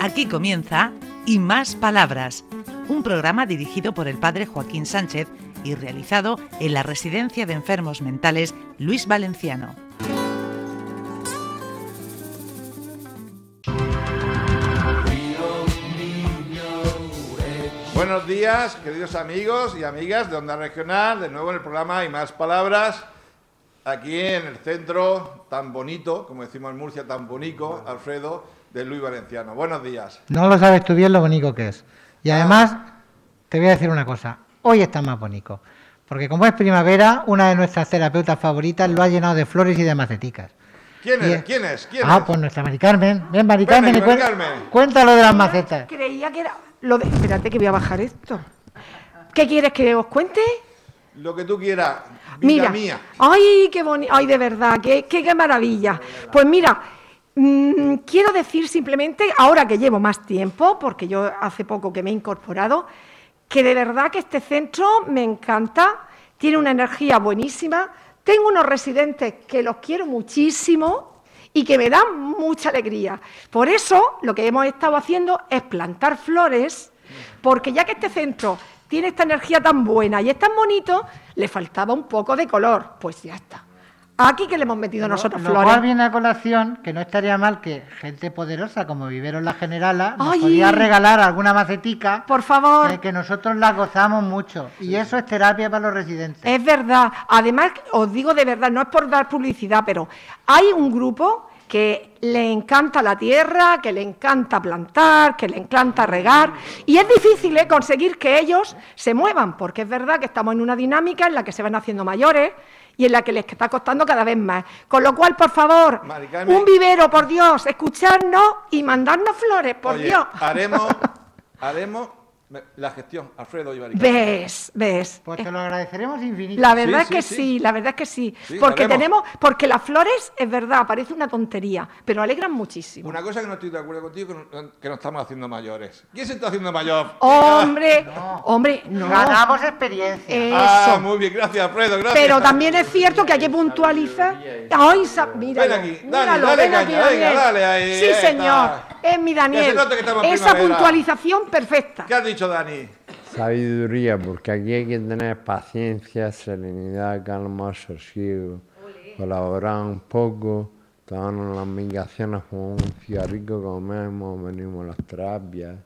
Aquí comienza Y Más Palabras, un programa dirigido por el padre Joaquín Sánchez y realizado en la Residencia de Enfermos Mentales Luis Valenciano. Buenos días, queridos amigos y amigas de Onda Regional, de nuevo en el programa Y Más Palabras, aquí en el centro tan bonito, como decimos en Murcia, tan bonito, Alfredo, de Luis Valenciano. Buenos días. No lo sabes tú bien lo bonito que es. Y además, te voy a decir una cosa, hoy está más bonito, porque como es primavera, una de nuestras terapeutas favoritas lo ha llenado de flores y de maceticas. ¿Quién es? Pues nuestra Mari Carmen. Ven, Mari Carmen, Ven, Mari Carmen. Cuéntalo de las macetas. Creía que era lo de... Espérate que voy a bajar esto. ¿Qué quieres que os cuente? Lo que tú quieras, vida mira, mía. Ay, qué bonito, ay, de verdad, qué maravilla. Pues mira, quiero decir simplemente, ahora que llevo más tiempo, porque yo hace poco que me he incorporado, que de verdad que este centro me encanta, tiene una energía buenísima, tengo unos residentes que los quiero muchísimo y que me dan mucha alegría. Por eso lo que hemos estado haciendo es plantar flores, porque ya que este centro tiene esta energía tan buena y es tan bonito, le faltaba un poco de color, pues ya está. Aquí que le hemos metido nosotros Lo flores. cual viene a colación que no estaría mal que gente poderosa como Viveros La Generala nos Ay, podía regalar alguna macetica, por favor. que nosotros la gozamos mucho. Y eso es terapia para los residentes. Es verdad. Además, os digo de verdad, no es por dar publicidad, pero hay un grupo que le encanta la tierra, que le encanta plantar, que le encanta regar, y es difícil conseguir que ellos se muevan, porque es verdad que estamos en una dinámica en la que se van haciendo mayores y en la que les está costando cada vez más. Con lo cual, por favor, un vivero, por Dios, escucharnos y mandarnos flores, por Dios. Haremos la gestión, Alfredo y Mari Carmen. ¿Ves? Pues te lo agradeceremos infinito. La verdad es que sí, la verdad es que sí. Porque las flores, es verdad, parece una tontería, pero alegran muchísimo. Una cosa que no estoy de acuerdo contigo, que nos estamos haciendo mayores. ¿Quién se está haciendo mayor? Hombre, no. Ganamos experiencia. Eso. Muy bien, gracias, Alfredo, gracias. Pero también es cierto que hay que puntualizar. Ay, míralo, ven aquí, míralo, dale ven caña, aquí, venga, Daniel. dale ahí. Sí, señor, es mi Que se Daniel. note que estamos en Esa primavera. puntualización perfecta. ¿Qué has dicho, Dani? Sabiduría, porque aquí hay que tener paciencia, serenidad, calma, sosiego, colaborar un poco, tomarnos las medicaciones como un cigarrillo, comemos, venimos a las terapias.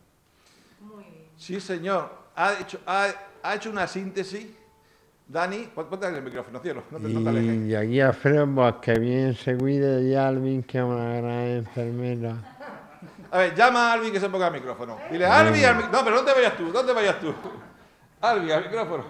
Sí, señor. Ha hecho una síntesis. Dani, ponte el micrófono, cielo, no te alejes. Y aquí Alfredo, pues que bien se cuide, y Alvin, que es una gran enfermera. A ver, llama a Alvin que se ponga el micrófono. Dile, Alvin, no, pero no te vayas tú. Alvin, al micrófono.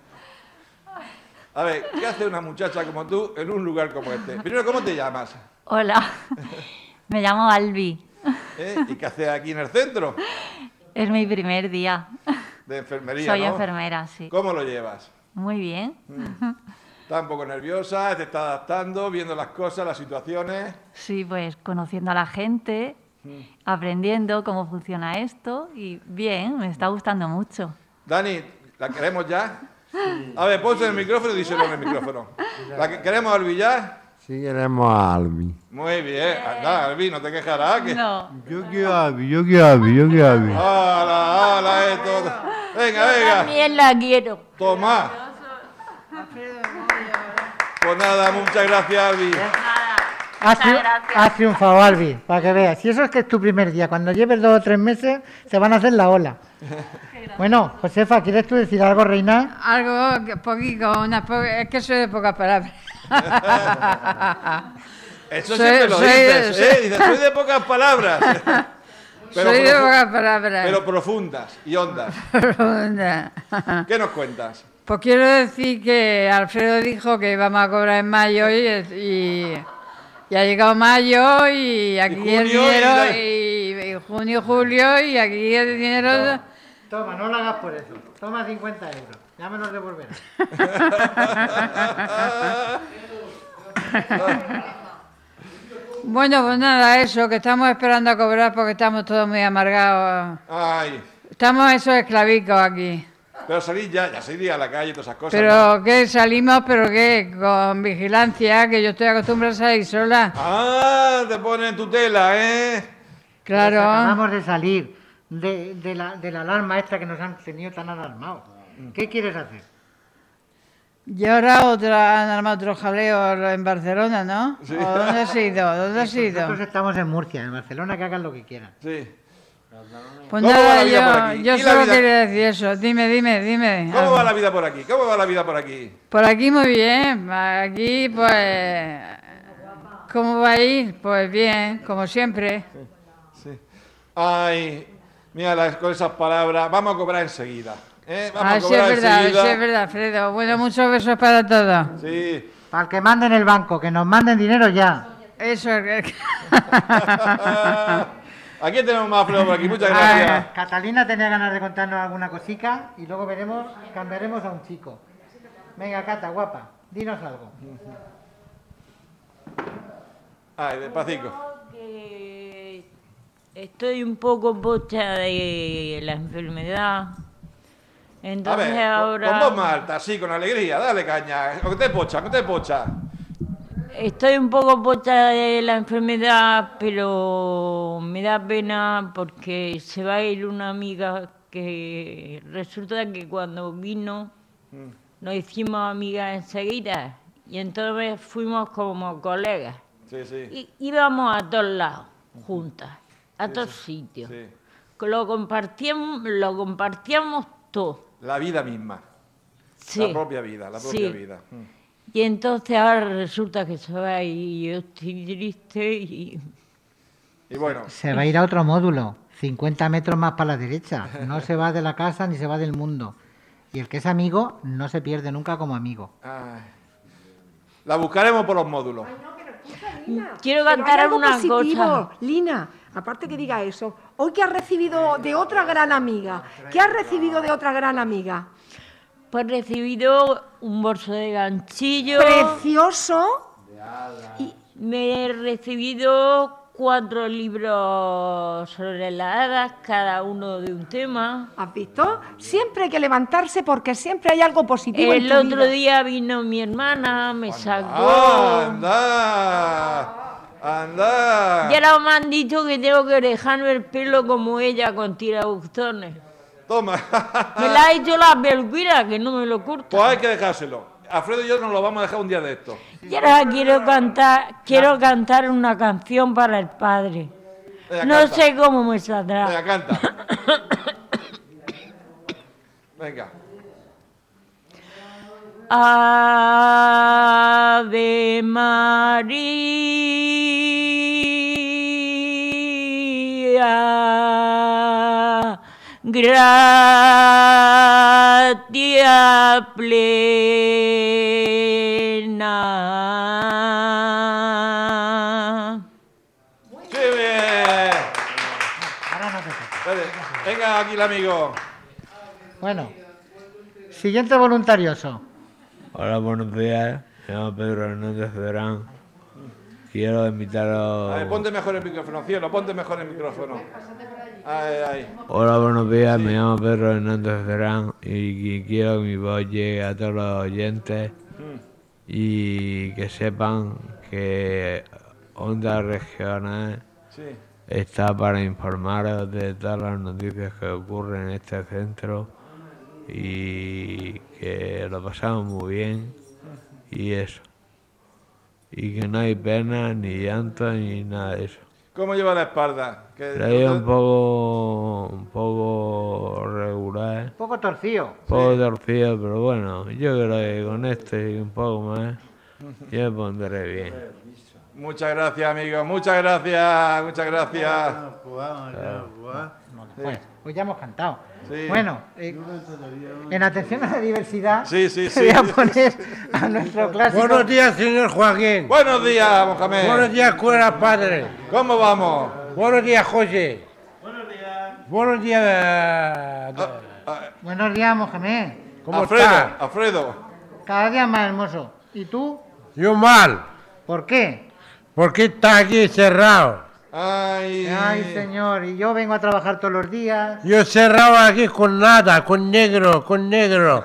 A ver, ¿qué hace una muchacha como tú en un lugar como este? Primero, ¿cómo te llamas? Hola, me llamo Albi. ¿Y qué haces aquí en el centro? Es mi primer día. De enfermería, Soy ¿no? enfermera, sí. ¿Cómo lo llevas? Muy bien. ¿Estás un poco nerviosa? ¿Te estás adaptando, viendo las cosas, las situaciones? Sí, pues conociendo a la gente, aprendiendo cómo funciona esto y bien, me está gustando mucho. Dani, ¿la queremos ya? A ver, ponse el micrófono y díselo en el micrófono. ¿Queremos a Albi ya? Sí queremos a Alvin. Muy bien. Anda, Albi, no te quejarás. Que... No. Yo quiero a Alvin. ¡Hala, esto! Venga. También la quiero. Toma. Pues nada, muchas gracias, Albi. Has triunfado, Albi, para que veas. Si eso es que es tu primer día, cuando lleves 2 o 3 meses, se van a hacer la ola. Bueno, Josefa, ¿quieres tú decir algo, reina? Algo poquito, es que soy de pocas palabras. Eso siempre lo dices, ¿eh? Dices, soy de pocas palabras. Soy de pocas palabras. Pero profundas y hondas. ¿Qué nos cuentas? Pues quiero decir que Alfredo dijo que vamos a cobrar en mayo y ha llegado mayo y aquí el dinero, y junio, julio, y aquí el dinero... Toma, no lo hagas por eso. Toma 50 euros. Ya me los devolverás. Bueno, pues nada, eso, que estamos esperando a cobrar porque estamos todos muy amargados. Ay. Estamos esos esclavicos aquí. Pero salís ya salís a la calle y todas esas cosas. Pero ¿no? ¿qué? Salimos, pero ¿qué? Con vigilancia, que yo estoy acostumbrada a salir sola. Ah, te ponen tutela, ¿eh? Claro. Pues acabamos de salir de la alarma esta que nos han tenido tan alarmados. ¿Qué quieres hacer? Y ahora han armado otro jaleo en Barcelona, ¿no? Sí. ¿O dónde has ido? ¿Dónde has ido? Nosotros estamos en Murcia, en Barcelona, que hagan lo que quieran. Sí. Pues ¿Cómo va nada, la vida por aquí? yo ¿Y la solo vida? quería decir eso. Dime. ¿Cómo va la vida por aquí? ¿Cómo va la vida por aquí? Por aquí muy bien. Aquí, pues... ¿Cómo va a ir? Pues bien, como siempre. Sí. Ay, mira, con esas palabras, vamos a cobrar enseguida. Vamos a Sí cobrar es verdad, enseguida. Alfredo. Bueno, muchos besos para todos. Sí. Para el que mande en el banco, que nos manden dinero ya. Eso es. Aquí tenemos más Alfredo por aquí, muchas gracias. Catalina tenía ganas de contarnos alguna cosica y luego cambiaremos a un chico. Venga, Cata, guapa, dinos algo. Ay, despacito. Que estoy un poco pocha de la enfermedad. A Entonces ver, ahora con voz más alta, sí, con alegría, dale caña. ¿Con qué te pocha? estoy un poco pocha de la enfermedad, pero me da pena porque se va a ir una amiga que resulta que cuando vino nos hicimos amigas enseguida y entonces fuimos como colegas. Sí, sí. Y íbamos a todos lados, juntas, a todos sitios. Sí. Que lo compartíamos todo. La vida misma. Sí. La propia vida, la propia Sí. vida. Y entonces ahora resulta que se va y yo estoy triste y... Y bueno, Se va a ir a otro módulo, 50 metros más para la derecha. No se va de la casa ni se va del mundo. Y el que es amigo no se pierde nunca como amigo. ay, la buscaremos por los módulos. Quiero Pero hay cantar algo una positivo, cosa. Lina, aparte que diga eso, hoy que has recibido de otra gran amiga, ¿qué has recibido de otra gran amiga? Pues he recibido un bolso de ganchillo. Precioso. Me he recibido 4 libros sobre las hadas, cada uno de un tema. ¿Has visto? Siempre hay que levantarse porque siempre hay algo positivo en El tu otro vida. día vino mi hermana, me sacó. ¡Anda! Y ahora me han dicho que tengo que dejarme el pelo como ella con tirabuzones. Toma. Me la ha hecho la peluquera, que no me lo corta. Pues hay que dejárselo. Alfredo y yo nos lo vamos a dejar un día de esto. Y ahora quiero cantar una canción para el padre. Venga, No canta. sé cómo me saldrá. Venga, canta. Venga. Ave María, gratia plena. ¡Qué bien! Ahora no te toca. Vale, venga aquí el amigo. Bueno, siguiente voluntarioso. Hola, buenos días. Me llamo Pedro Hernández Verán. Quiero invitaros. A ver, ponte mejor el micrófono, cielo, ponte mejor el micrófono. Ay, ay. Hola, buenos días. Me llamo Pedro Hernández Verán y quiero que mi voz llegue a todos los oyentes y que sepan que Onda Regional Sí. está para informaros de todas las noticias que ocurren en este centro y que lo pasamos muy bien y eso. Y que no hay pena, ni llanto, ni nada de eso. ¿Cómo lleva la espalda? Que- Traía un poco regular, Un poco torcido. un poco torcido, pero bueno, yo creo que con este y un poco más, yo me pondré bien. Muchas gracias, amigo. Muchas gracias. Muchas gracias. Pues ya hemos cantado. Sí. Bueno, en atención a la diversidad, Sí, sí, te voy a sí. poner a nuestro clásico. Buenos días, señor Joaquín. Buenos días, Mohamed. Buenos días, Escuela Padre. ¿Cómo vamos? Buenos días, José. Buenos días. Buenos días, Mohamed. ¿Cómo Alfredo, está? Alfredo. Cada día más hermoso. ¿Y tú? Yo mal. ¿Por qué? ¿Por qué estás aquí cerrado? Ay, Ay, señor, y yo vengo a trabajar todos los días. Yo cerrado aquí con nada, con negro. Con negro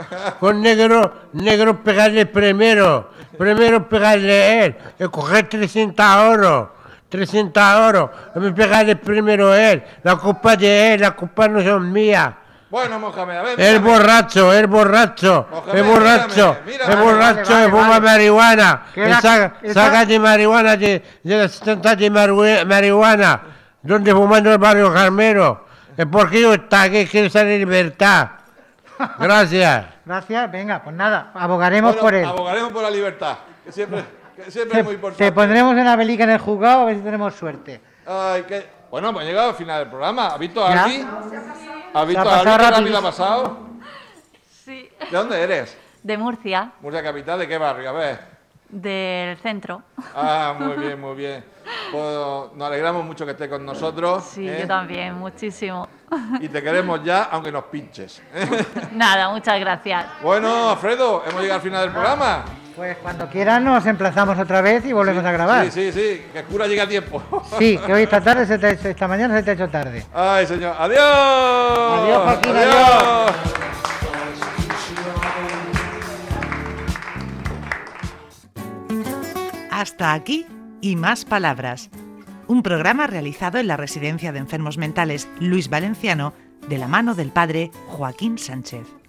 pegarle primero. Primero pegarle él. Y coger 300 euros. 300 euros. Me pega el primero él. La culpa de él, las culpas no son mías. Bueno, Mohamed, a ver. El borracho, Mohamed, el borracho que fuma marihuana. Que saca de marihuana, de las tantas de marihuana. Donde fumando el barrio Carmelo. Es porque yo está aquí, quiero salir en libertad. Gracias. Gracias, venga, pues nada, abogaremos por él. Abogaremos por la libertad, que siempre es muy importante. Te pondremos una velica en el juzgado a ver si tenemos suerte. Ay, bueno, pues ha llegado al final del programa. ¿Has visto a ¿Ya? Albi? ¿Has visto Se a ha Albi? pasado ¿Qué rápido rapidísimo. ha pasado? Sí. ¿De dónde eres? De Murcia, Murcia capital, ¿de qué barrio? A ver. del centro. Ah, muy bien, muy bien. Pues nos alegramos mucho que estés con nosotros. Sí, yo también, muchísimo. Y te queremos ya, aunque nos pinches. Nada, muchas gracias. Bueno, Alfredo, hemos llegado al final del programa. Pues cuando quieran nos emplazamos otra vez y volvemos a grabar. Sí, que el cura llegue a tiempo. Sí, que hoy esta mañana se te ha hecho tarde. Ay, señor. ¡Adiós! Adiós, Joaquín, adiós. Hasta aquí y más palabras. Un programa realizado en la Residencia de Enfermos Mentales Luis Valenciano de la mano del padre Joaquín Sánchez.